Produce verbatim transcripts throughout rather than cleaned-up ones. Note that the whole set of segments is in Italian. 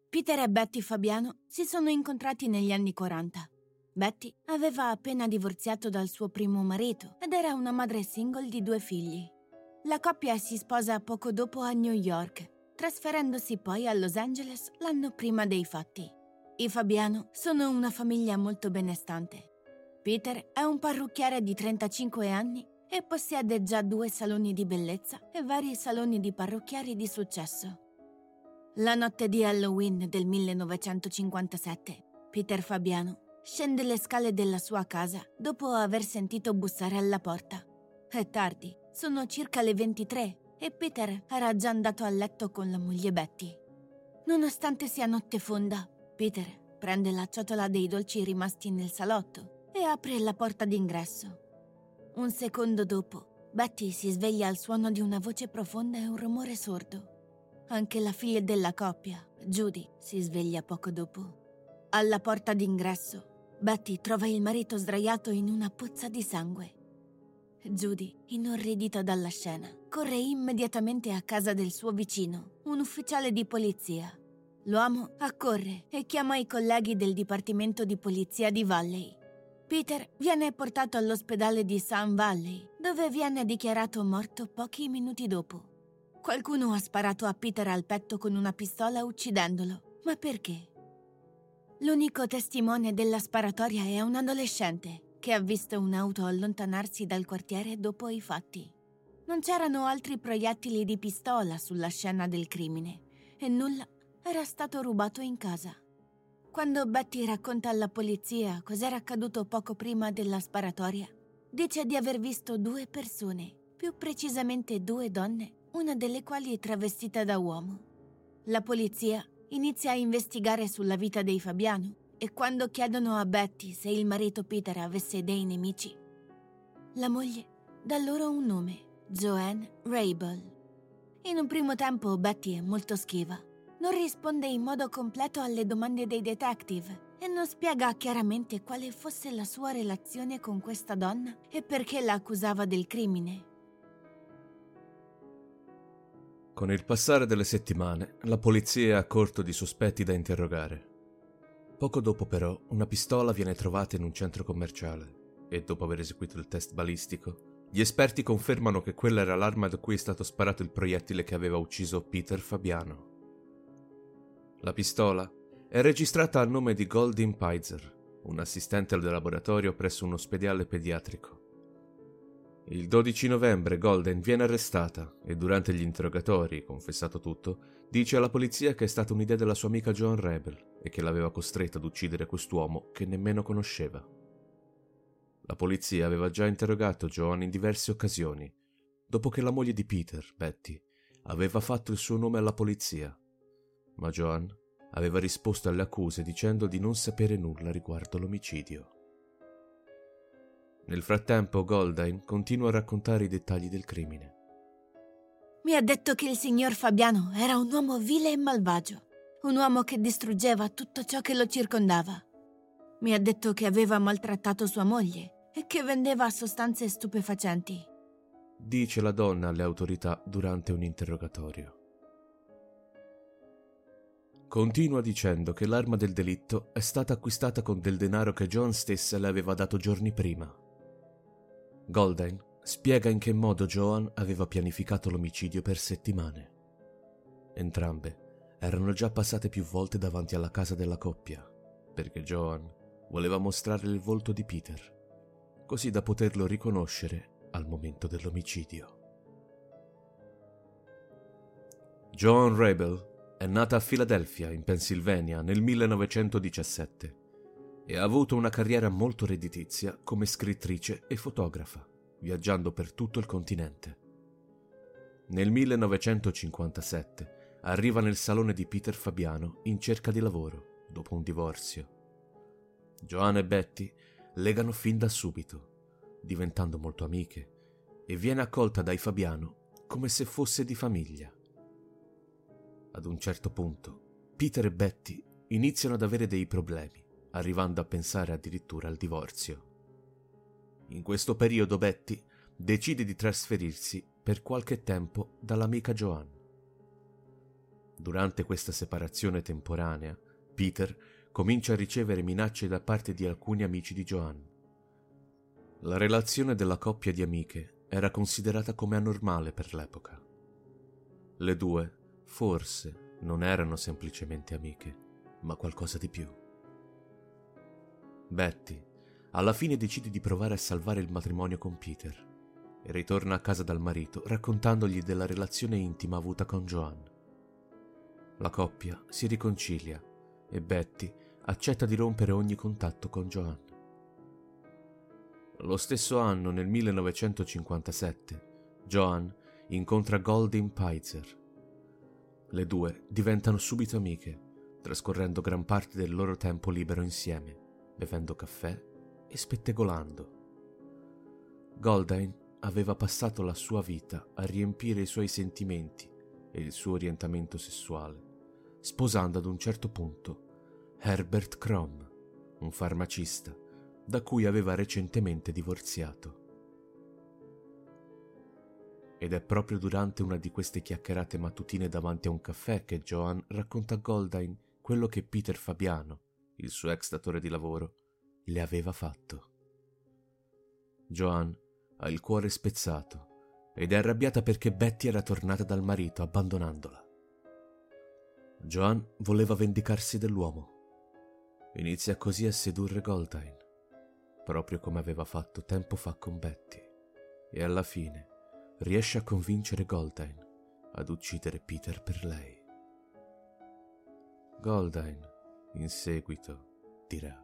Peter e Betty Fabiano si sono incontrati negli anni quaranta. Betty aveva appena divorziato dal suo primo marito ed era una madre single di due figli. La coppia si sposa poco dopo a New York, trasferendosi poi a Los Angeles l'anno prima dei fatti. I Fabiano sono una famiglia molto benestante. Peter è un parrucchiere di trentacinque anni e possiede già due saloni di bellezza e vari saloni di parrucchieri di successo. La notte di Halloween del millenovecentocinquantasette, Peter Fabiano scende le scale della sua casa dopo aver sentito bussare alla porta. È tardi, sono circa le ventitré e Peter era già andato a letto con la moglie Betty. Nonostante sia notte fonda, Peter prende la ciotola dei dolci rimasti nel salotto e apre la porta d'ingresso. Un secondo dopo, Betty si sveglia al suono di una voce profonda e un rumore sordo. Anche la figlia della coppia, Judy, si sveglia poco dopo. Alla porta d'ingresso, Betty trova il marito sdraiato in una pozza di sangue. Judy, inorridita dalla scena, corre immediatamente a casa del suo vicino, un ufficiale di polizia. L'uomo accorre e chiama i colleghi del Dipartimento di Polizia di Valley. Peter viene portato all'ospedale di Sun Valley, dove viene dichiarato morto pochi minuti dopo. Qualcuno ha sparato a Peter al petto con una pistola uccidendolo. Ma perché? L'unico testimone della sparatoria è un adolescente che ha visto un'auto allontanarsi dal quartiere dopo i fatti. Non c'erano altri proiettili di pistola sulla scena del crimine e nulla era stato rubato in casa. Quando Betty racconta alla polizia cos'era accaduto poco prima della sparatoria, dice di aver visto due persone, più precisamente due donne, una delle quali travestita da uomo. La polizia inizia a investigare sulla vita dei Fabiano e quando chiedono a Betty se il marito Peter avesse dei nemici, la moglie dà loro un nome, Joanne Rabel. In un primo tempo Betty è molto schiva, non risponde in modo completo alle domande dei detective e non spiega chiaramente quale fosse la sua relazione con questa donna e perché la accusava del crimine. Con il passare delle settimane, la polizia è a corto di sospetti da interrogare. Poco dopo, però, una pistola viene trovata in un centro commerciale e, dopo aver eseguito il test balistico, gli esperti confermano che quella era l'arma da cui è stato sparato il proiettile che aveva ucciso Peter Fabiano. La pistola è registrata a nome di Goldin Peizer, un assistente del laboratorio presso un ospedale pediatrico. Il dodici novembre Golden viene arrestata e durante gli interrogatori, confessato tutto, dice alla polizia che è stata un'idea della sua amica Joan Rebel e che l'aveva costretta ad uccidere quest'uomo che nemmeno conosceva. La polizia aveva già interrogato Joan in diverse occasioni, dopo che la moglie di Peter, Betty, aveva fatto il suo nome alla polizia, ma Joan aveva risposto alle accuse dicendo di non sapere nulla riguardo l'omicidio. Nel frattempo Goldine continua a raccontare i dettagli del crimine. Mi ha detto che il signor Fabiano era un uomo vile e malvagio, un uomo che distruggeva tutto ciò che lo circondava. Mi ha detto che aveva maltrattato sua moglie e che vendeva sostanze stupefacenti, dice la donna alle autorità durante un interrogatorio. Continua dicendo che l'arma del delitto è stata acquistata con del denaro che Joan stessa le aveva dato giorni prima. Goldine spiega in che modo Joan aveva pianificato l'omicidio per settimane. Entrambe erano già passate più volte davanti alla casa della coppia, perché Joan voleva mostrare il volto di Peter, così da poterlo riconoscere al momento dell'omicidio. Joan Rebel è nata a Philadelphia, in Pennsylvania, nel millenovecentodiciassette e ha avuto una carriera molto redditizia come scrittrice e fotografa, viaggiando per tutto il continente. Nel millenovecentocinquantasette arriva nel salone di Peter Fabiano in cerca di lavoro, dopo un divorzio. Joan e Betty legano fin da subito, diventando molto amiche, e viene accolta dai Fabiano come se fosse di famiglia. Ad un certo punto, Peter e Betty iniziano ad avere dei problemi, arrivando a pensare addirittura al divorzio. In questo periodo Betty decide di trasferirsi per qualche tempo dall'amica Joan. Durante questa separazione temporanea, Peter comincia a ricevere minacce da parte di alcuni amici di Joanne. La relazione della coppia di amiche era considerata come anormale per l'epoca. Le due, forse, non erano semplicemente amiche, ma qualcosa di più. Betty, alla fine decide di provare a salvare il matrimonio con Peter e ritorna a casa dal marito raccontandogli della relazione intima avuta con Joanne. La coppia si riconcilia e Betty accetta di rompere ogni contatto con Joanne. Lo stesso anno, nel millenovecentocinquantasette, Joanne incontra Goldin Pfizer. Le due diventano subito amiche, trascorrendo gran parte del loro tempo libero insieme, bevendo caffè e spettegolando. Goldin aveva passato la sua vita a riempire i suoi sentimenti e il suo orientamento sessuale, sposando ad un certo punto Herbert Crom, un farmacista da cui aveva recentemente divorziato. Ed è proprio durante una di queste chiacchierate mattutine davanti a un caffè che Joanne racconta a Goldin quello che Peter Fabiano, il suo ex datore di lavoro, le aveva fatto. Joanne ha il cuore spezzato ed è arrabbiata perché Betty era tornata dal marito abbandonandola. Joanne voleva vendicarsi dell'uomo. Inizia così a sedurre Goldin, proprio come aveva fatto tempo fa con Betty, e alla fine riesce a convincere Goldin ad uccidere Peter per lei. Goldin, in seguito, dirà: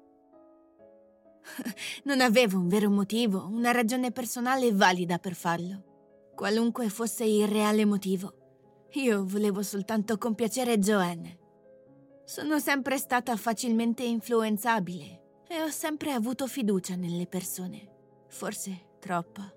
Non avevo un vero motivo, una ragione personale valida per farlo. Qualunque fosse il reale motivo, io volevo soltanto compiacere Joanne. Sono sempre stata facilmente influenzabile e ho sempre avuto fiducia nelle persone. Forse troppa.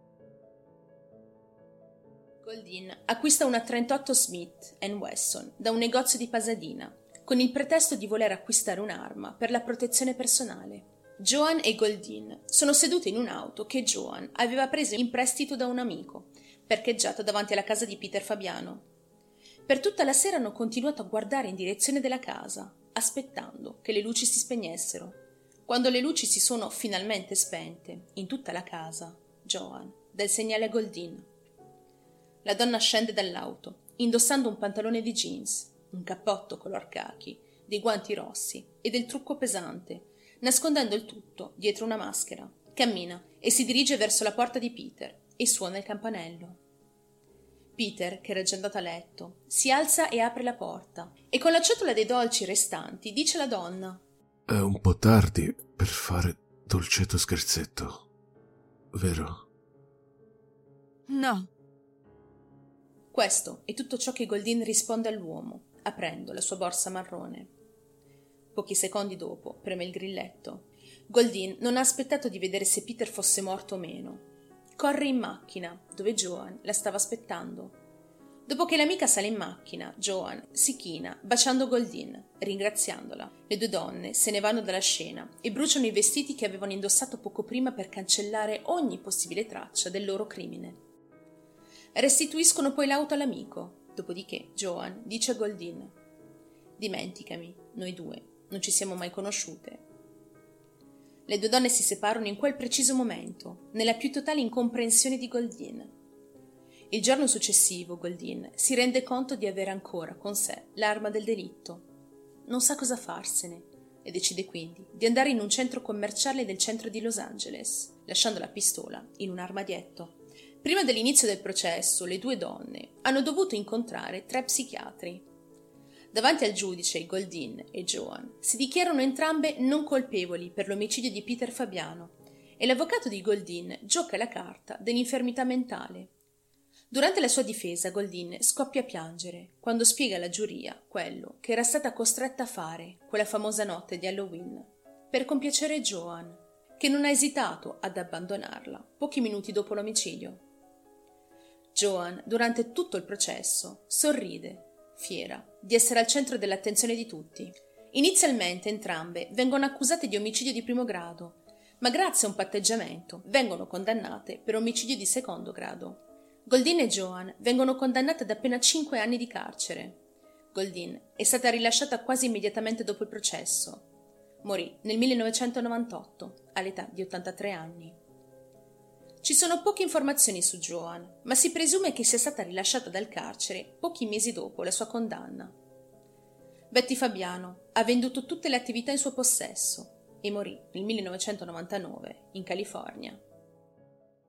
Goldin acquista una trentotto Smith and Wesson da un negozio di Pasadena con il pretesto di voler acquistare un'arma per la protezione personale. Joanne e Goldin sono sedute in un'auto che Joanne aveva preso in prestito da un amico, parcheggiata davanti alla casa di Peter Fabiano. Per tutta la sera hanno continuato a guardare in direzione della casa, aspettando che le luci si spegnessero. Quando le luci si sono finalmente spente, in tutta la casa, Joanne dà il segnale a Goldin. La donna scende dall'auto, indossando un pantalone di jeans, un cappotto color cachi, dei guanti rossi e del trucco pesante, nascondendo il tutto dietro una maschera. Cammina e si dirige verso la porta di Peter e suona il campanello. Peter, che era già andato a letto, si alza e apre la porta e con la ciotola dei dolci restanti dice alla donna: È un po' tardi per fare dolcetto scherzetto, vero? No. Questo è tutto ciò che Goldin risponde all'uomo, aprendo la sua borsa marrone. Pochi secondi dopo preme il grilletto. Goldin non ha aspettato di vedere se Peter fosse morto o meno. Corre in macchina, dove Joanne la stava aspettando. Dopo che l'amica sale in macchina, Joanne si china, baciando Goldin, ringraziandola. Le due donne se ne vanno dalla scena e bruciano i vestiti che avevano indossato poco prima per cancellare ogni possibile traccia del loro crimine. Restituiscono poi l'auto all'amico, dopodiché Joanne dice a Goldin: «Dimenticami, noi due non ci siamo mai conosciute». Le due donne si separano in quel preciso momento, nella più totale incomprensione di Goldin. Il giorno successivo Goldin si rende conto di avere ancora con sé l'arma del delitto. Non sa cosa farsene e decide quindi di andare in un centro commerciale del centro di Los Angeles, lasciando la pistola in un armadietto. Prima dell'inizio del processo, le due donne hanno dovuto incontrare tre psichiatri. Davanti al giudice, Goldin e Joanne si dichiarano entrambe non colpevoli per l'omicidio di Peter Fabiano e l'avvocato di Goldin gioca la carta dell'infermità mentale. Durante la sua difesa, Goldin scoppia a piangere quando spiega alla giuria quello che era stata costretta a fare quella famosa notte di Halloween per compiacere Joanne, che non ha esitato ad abbandonarla pochi minuti dopo l'omicidio. Joanne, durante tutto il processo, sorride, fiera di essere al centro dell'attenzione di tutti. Inizialmente entrambe vengono accusate di omicidio di primo grado, ma grazie a un patteggiamento vengono condannate per omicidio di secondo grado. Goldin e Joanne vengono condannate ad appena cinque anni di carcere. Goldin è stata rilasciata quasi immediatamente dopo il processo. Morì nel millenovecentonovantotto, all'età di ottantatré anni. Ci sono poche informazioni su Joan, ma si presume che sia stata rilasciata dal carcere pochi mesi dopo la sua condanna. Betty Fabiano ha venduto tutte le attività in suo possesso e morì nel millenovecentonovantanove in California.